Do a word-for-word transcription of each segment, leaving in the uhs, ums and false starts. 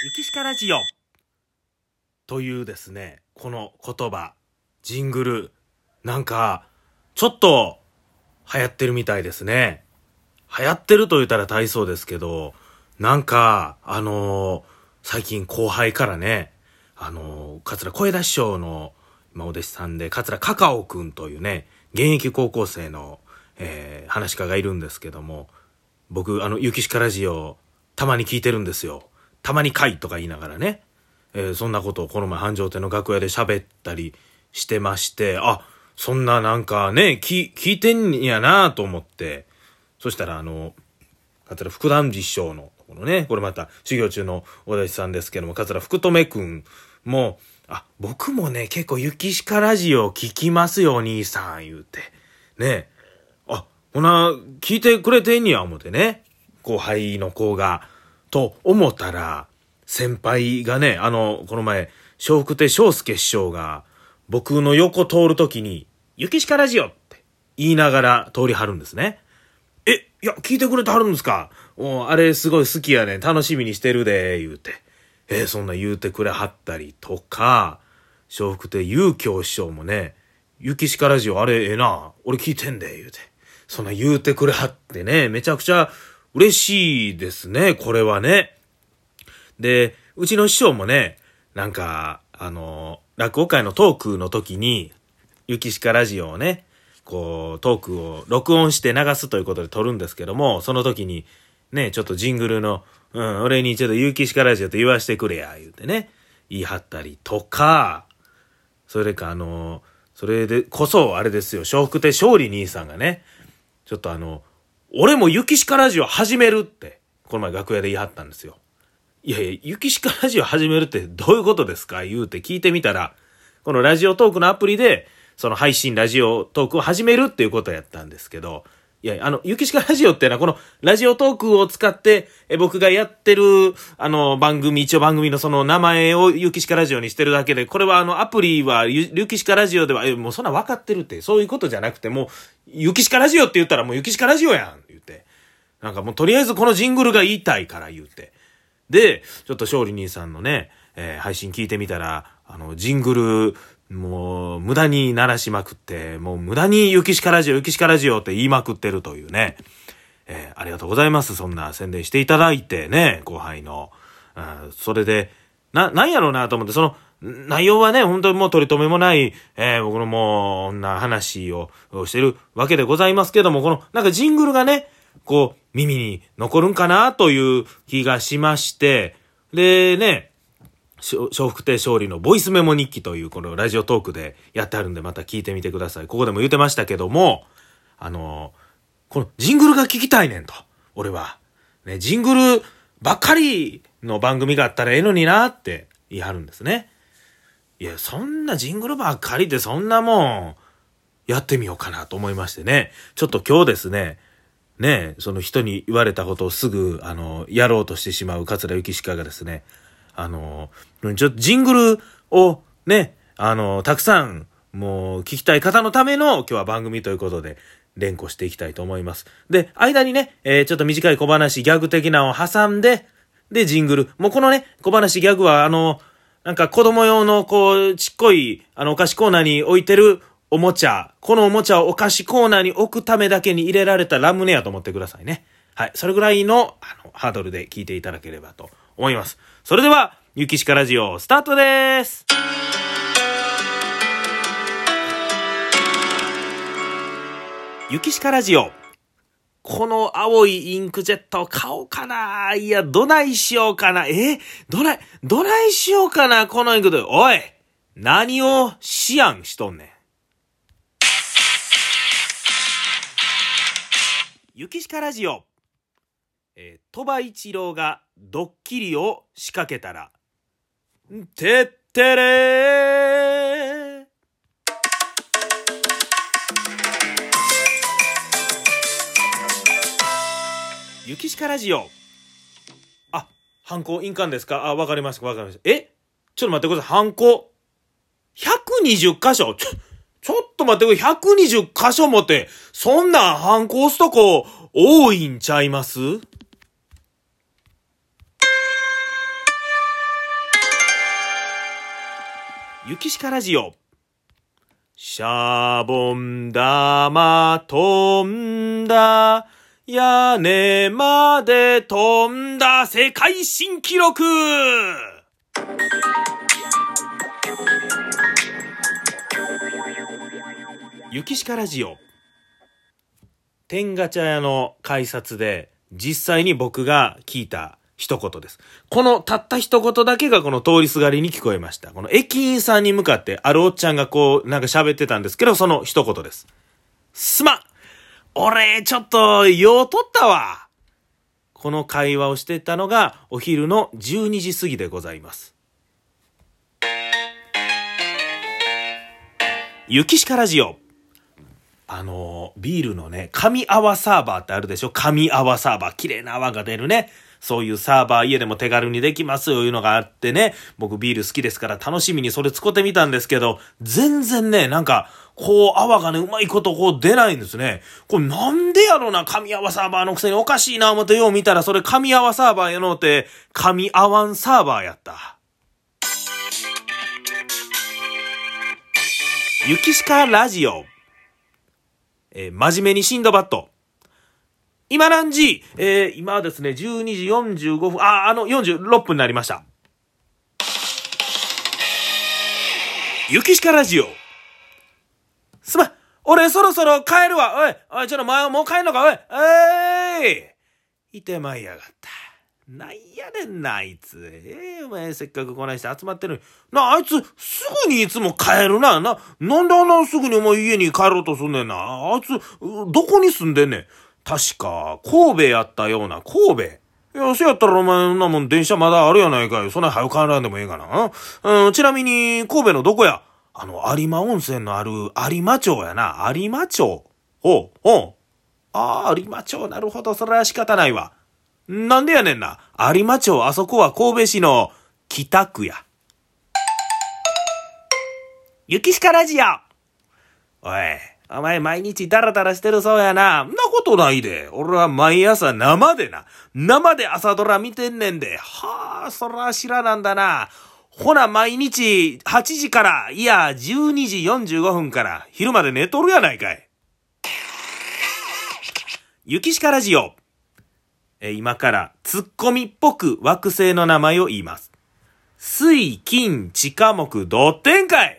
ゆきしかラジオというですね、この言葉、ジングル、なんかちょっと流行ってるみたいですね。流行ってると言ったら大層ですけど、なんかあのー、最近後輩からね、あのー、桂小枝師匠の今お弟子さんで桂カカオくんというね、現役高校生の、えー、話し家がいるんですけども、僕あのゆきしかラジオたまに聞いてるんですよ。たまにかいとか言いながらね、えー、そんなことをこの前繁盛亭の楽屋で喋ったりしてまして、あ、そんななんかね、聞、聞いてんやなと思って、そしたらあの、桂福団治師匠の、このね、これまた修行中のお弟子さんですけども、桂福留くんも、あ、僕もね、結構ゆきしかラジオ聞きますよ、兄さん、言うて。ね、あ、ほな、聞いてくれてんや、思ってね、後輩の子が、と思ったら、先輩がね、あの、この前、笑福亭昇介師匠が、僕の横通るときに、ゆきしかラジオって言いながら通りはるんですね。え、いや、聞いてくれてはるんですか？おあれすごい好きやねん。楽しみにしてるで、言うて。えー、そんな言うてくれはったりとか、笑福亭遊興師匠もね、ゆきしかラジオあれええな、俺聞いてんで、言うて。そんな言うてくれはってね、めちゃくちゃ嬉しいですね、これはね。で、うちの師匠もね、なんか、あの、落語会のトークの時に、ゆきしかラジオをね、こう、トークを録音して流すということで撮るんですけども、その時に、ね、ちょっとジングルの、うん、俺にちょっとゆきしかラジオと言わしてくれや、言うてね、言い張ったりとか、それかあの、それでこそ、あれですよ、笑福亭勝利兄さんがね、ちょっとあの、俺もゆきしかラジオ始めるって、この前楽屋で言い張ったんですよ。いやいや、ゆきしかラジオ始めるってどういうことですか言うて聞いてみたら、このラジオトークのアプリで、その配信ラジオトークを始めるっていうことやったんですけど、いや、あの、ゆきしかラジオってのはこのラジオトークを使って、え僕がやってる、あの、番組、一応番組のその名前をゆきしかラジオにしてるだけで、これはあの、アプリはゆ、ゆきしかラジオでは、え、もうそんな分かってるって、そういうことじゃなくて、もう、ゆきしかラジオって言ったらもうゆきしかラジオやん言って。なんかもうとりあえずこのジングルが言いたいから言うて。で、ちょっと勝利兄さんのね、えー、配信聞いてみたら、あの、ジングル、もう、無駄に鳴らしまくって、もう無駄にゆきしかラジオ、ゆきしかラジオって言いまくってるというね。えー、ありがとうございます。そんな宣伝していただいてね、後輩の。あそれで、な、なんやろうなと思って、その、内容はね、本当にもう取り留めもない、えー、僕のもう、こんな話をしてるわけでございますけども、この、なんかジングルがね、こう、耳に残るんかなという気がしまして、でね、笑福亭勝利のボイスメモ日記というこのラジオトークでやってあるんでまた聞いてみてください。ここでも言ってましたけども、あの、このジングルが聞きたいねんと、俺は。ね、ジングルばっかりの番組があったらええのになって言い張るんですね。いや、そんなジングルばっかりでそんなもんやってみようかなと思いましてね。ちょっと今日ですね、ねえ、その人に言われたことをすぐ、あの、やろうとしてしまう桂ゆきしかがですね、あの、ちょっとジングルをね、あの、たくさん、もう聞きたい方のための今日は番組ということで、連呼していきたいと思います。で、間にね、えー、ちょっと短い小話、ギャグ的なのを挟んで、で、ジングル。もうこのね、小話、ギャグは、あの、なんか子供用の、こう、ちっこい、あの、お菓子コーナーに置いてる、おもちゃ、このおもちゃをお菓子コーナーに置くためだけに入れられたラムネやと思ってくださいね。はい。それぐらいの、あの、ハードルで聞いていただければと思います。それでは、ゆきしかラジオ、スタートです。ゆきしかラジオ。この青いインクジェット買おうかな。いや、どないしようかな。えどない、どないしようかな、このインクで。おい何をしやんしとんねん。ゆきしかラジオ、えー、鳥羽一郎がドッキリを仕掛けたら、てってれー。ゆきしかラジオ。あ、ハンコ印鑑ですか？あ、わかりました、わかりました。えちょっと待ってください。ハンコひゃくにじゅっかしょ。ちょちょっと待ってくれ、ひゃくにじゅっかしょもって、そんなハンコ押すとこ多いんちゃいます？ ゆきしかラジオ。シャボン玉飛んだ。屋根まで飛んだ。世界新記録。ゆきしかラジオ。天ガチャ屋の改札で実際に僕が聞いた一言です。このたった一言だけがこの通りすがりに聞こえました。この駅員さんに向かってあるおっちゃんがこうなんか喋ってたんですけど、その一言です。すまん、俺ちょっと用取ったわ。この会話をしてたのがお昼のじゅうにじ過ぎでございます。ゆきしかラジオ。あのビールのね、紙泡サーバーってあるでしょ。紙泡サーバー、綺麗な泡が出るね。そういうサーバー家でも手軽にできますよいうのがあってね、僕ビール好きですから楽しみにそれ使ってみたんですけど、全然ね、なんかこう泡がね、うまいことこう出ないんですね。これなんでやろな、紙泡サーバーのくせにおかしいな思ってよう見たら、それ紙泡サーバーやのうて紙泡んサーバーやった。ゆきしかラジオ。えー、真面目にシンドバッド。今何時、えー、今はですね、じゅうにじよんじゅうごふん、あ、あの、よんじゅうろっぷんになりました。ゆきしかラジオ。すまん、俺そろそろ帰るわ。おい、おい、ちょっと前もう帰んのか、おい、えい。いてまいやがった。なんやねんな、あいつ。ええー、お前せっかくこないして集まってるのに。な、あいつ、すぐにいつも帰るな。な、なんであんなすぐにお前家に帰ろうとすんねんな。あいつ、どこに住んでんねん。確か、神戸やったような、神戸。いや、そうやったらお前、そんなもん電車まだあるやないかい。そんな早く帰らんでもええかな。うん、ちなみに、神戸のどこや？あの、有馬温泉のある、有馬町やな。有馬町。ほう、ほう。ああ、有馬町。なるほど。それは仕方ないわ。なんでやねんな。有馬町、あそこは神戸市の北区や。ゆきしかラジオ。おい、お前毎日ダラダラしてるそうやな。んなことないで。俺は毎朝生でな。生で朝ドラ見てんねんで。はあ、そら知らなんだな。ほな毎日はちじから、いやじゅうにじよんじゅうごふんから昼まで寝とるやないかい。ゆきしかラジオ。え今からツッコミっぽく惑星の名前を言います。水、金、地下木、土天海。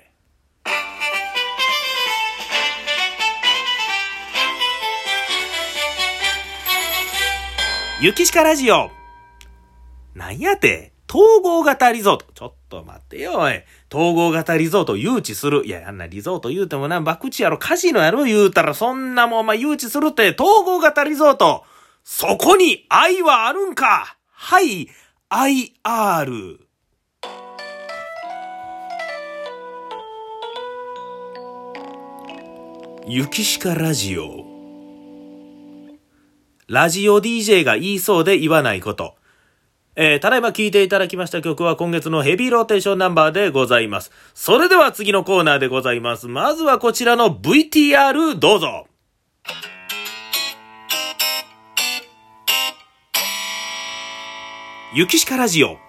ゆきしかラジオ。なんやて、統合型リゾート。ちょっと待ってよ、おい。統合型リゾート誘致する。いや、あんなリゾート言うてもな、博打やろ、カジノやろ言うたら、そんなもんお前誘致するって、統合型リゾート。そこに愛はあるんか。はい、アイアール。ゆきしかラジオ。ラジオ ディージェー が言いそうで言わないこと。えー、ただいま聴いていただきました曲は今月のヘビーローテーションナンバーでございます。それでは次のコーナーでございます。まずはこちらの ブイティーアール どうぞ。ゆきしかラジオ。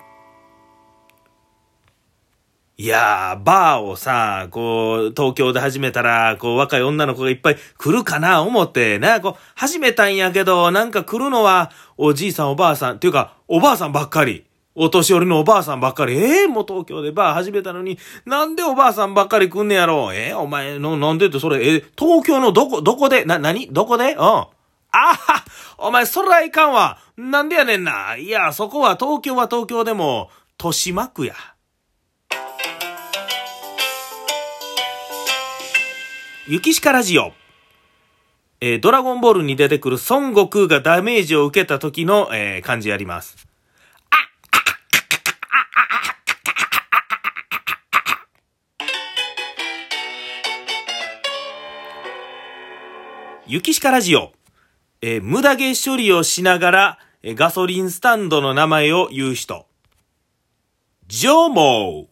いやー、バーをさ、こう、東京で始めたら、こう、若い女の子がいっぱい来るかな、思ってな、こう、始めたんやけど、なんか来るのは、おじいさんおばあさん、っていうか、おばあさんばっかり。お年寄りのおばあさんばっかり。えー、もう東京でバー始めたのに、なんでおばあさんばっかり来んねやろ。えー、お前の、なんでってそれ、えー、東京のどこ、どこで、な、なにどこでうん。あはお前、それはいかんわ。なんでやねんな。いや、そこは東京は東京でも、豊島区や。ゆきしかラジオ。えー、ドラゴンボールに出てくる孫悟空がダメージを受けた時の、えー、漢字やります。ゆきしかラジオ。えー、無駄毛処理をしながら、えー、ガソリンスタンドの名前を言う人。ジョモー。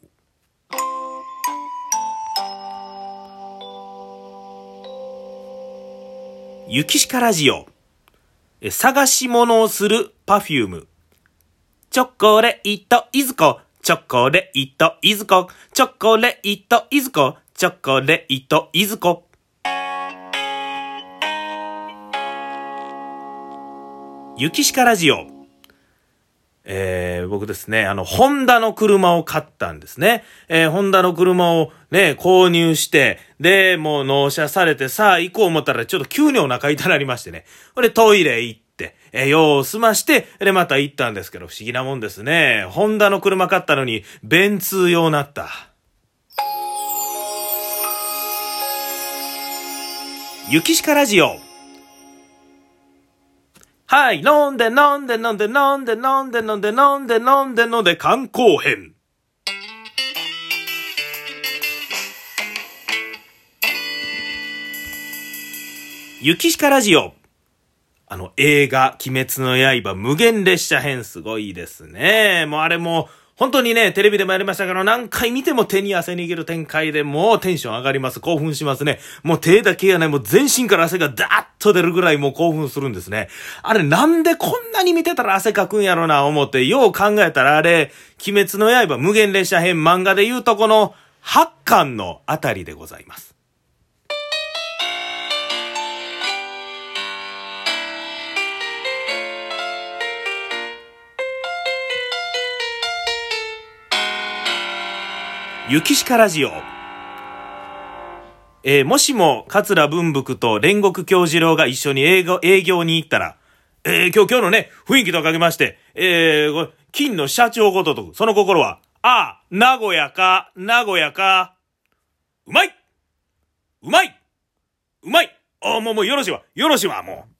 ゆきしかラジオ。えー、探し物をするパフューム。チョコレイトいずこ、 チョコレートいずこ、チョコレートいずこ、チョコレートいずこ。ゆきしかラジオ。えー、僕ですね、あの、ホンダの車を買ったんですね。えー、ホンダの車をね、購入して、で、もう納車されて、さあ行こう思ったら、ちょっと急にお腹痛なりましてね。これトイレ行って、えー、用を済まして、で、また行ったんですけど、不思議なもんですね。ホンダの車買ったのに、便通用なった。ゆきしかラジオ。はい、飲んで飲んで飲んで飲んで飲んで飲んで飲んで飲んで飲んで観光編。ゆきしかラジオ。あの映画鬼滅の刃無限列車編すごいですね。もうあれも本当にね、テレビでもやりましたけど、何回見ても手に汗握る展開でもうテンション上がります。興奮しますね。もう手だけがね、もう全身から汗がダーッと出るぐらいもう興奮するんですね。あれなんでこんなに見てたら汗かくんやろな思って、よう考えたらあれ、鬼滅の刃無限列車編漫画で言うとこのはっかんのあたりでございます。ゆきしかラジオ。えー、もしも桂文福と煉獄京次郎が一緒に営業、営業に行ったら、えー、今日、今日のね、雰囲気とかけまして、えー、金の社長ごととく、その心は、ああ、名古屋か、名古屋か、うまいうまいうまいああ、もうもうよろしいわ、よろしいわ、もう。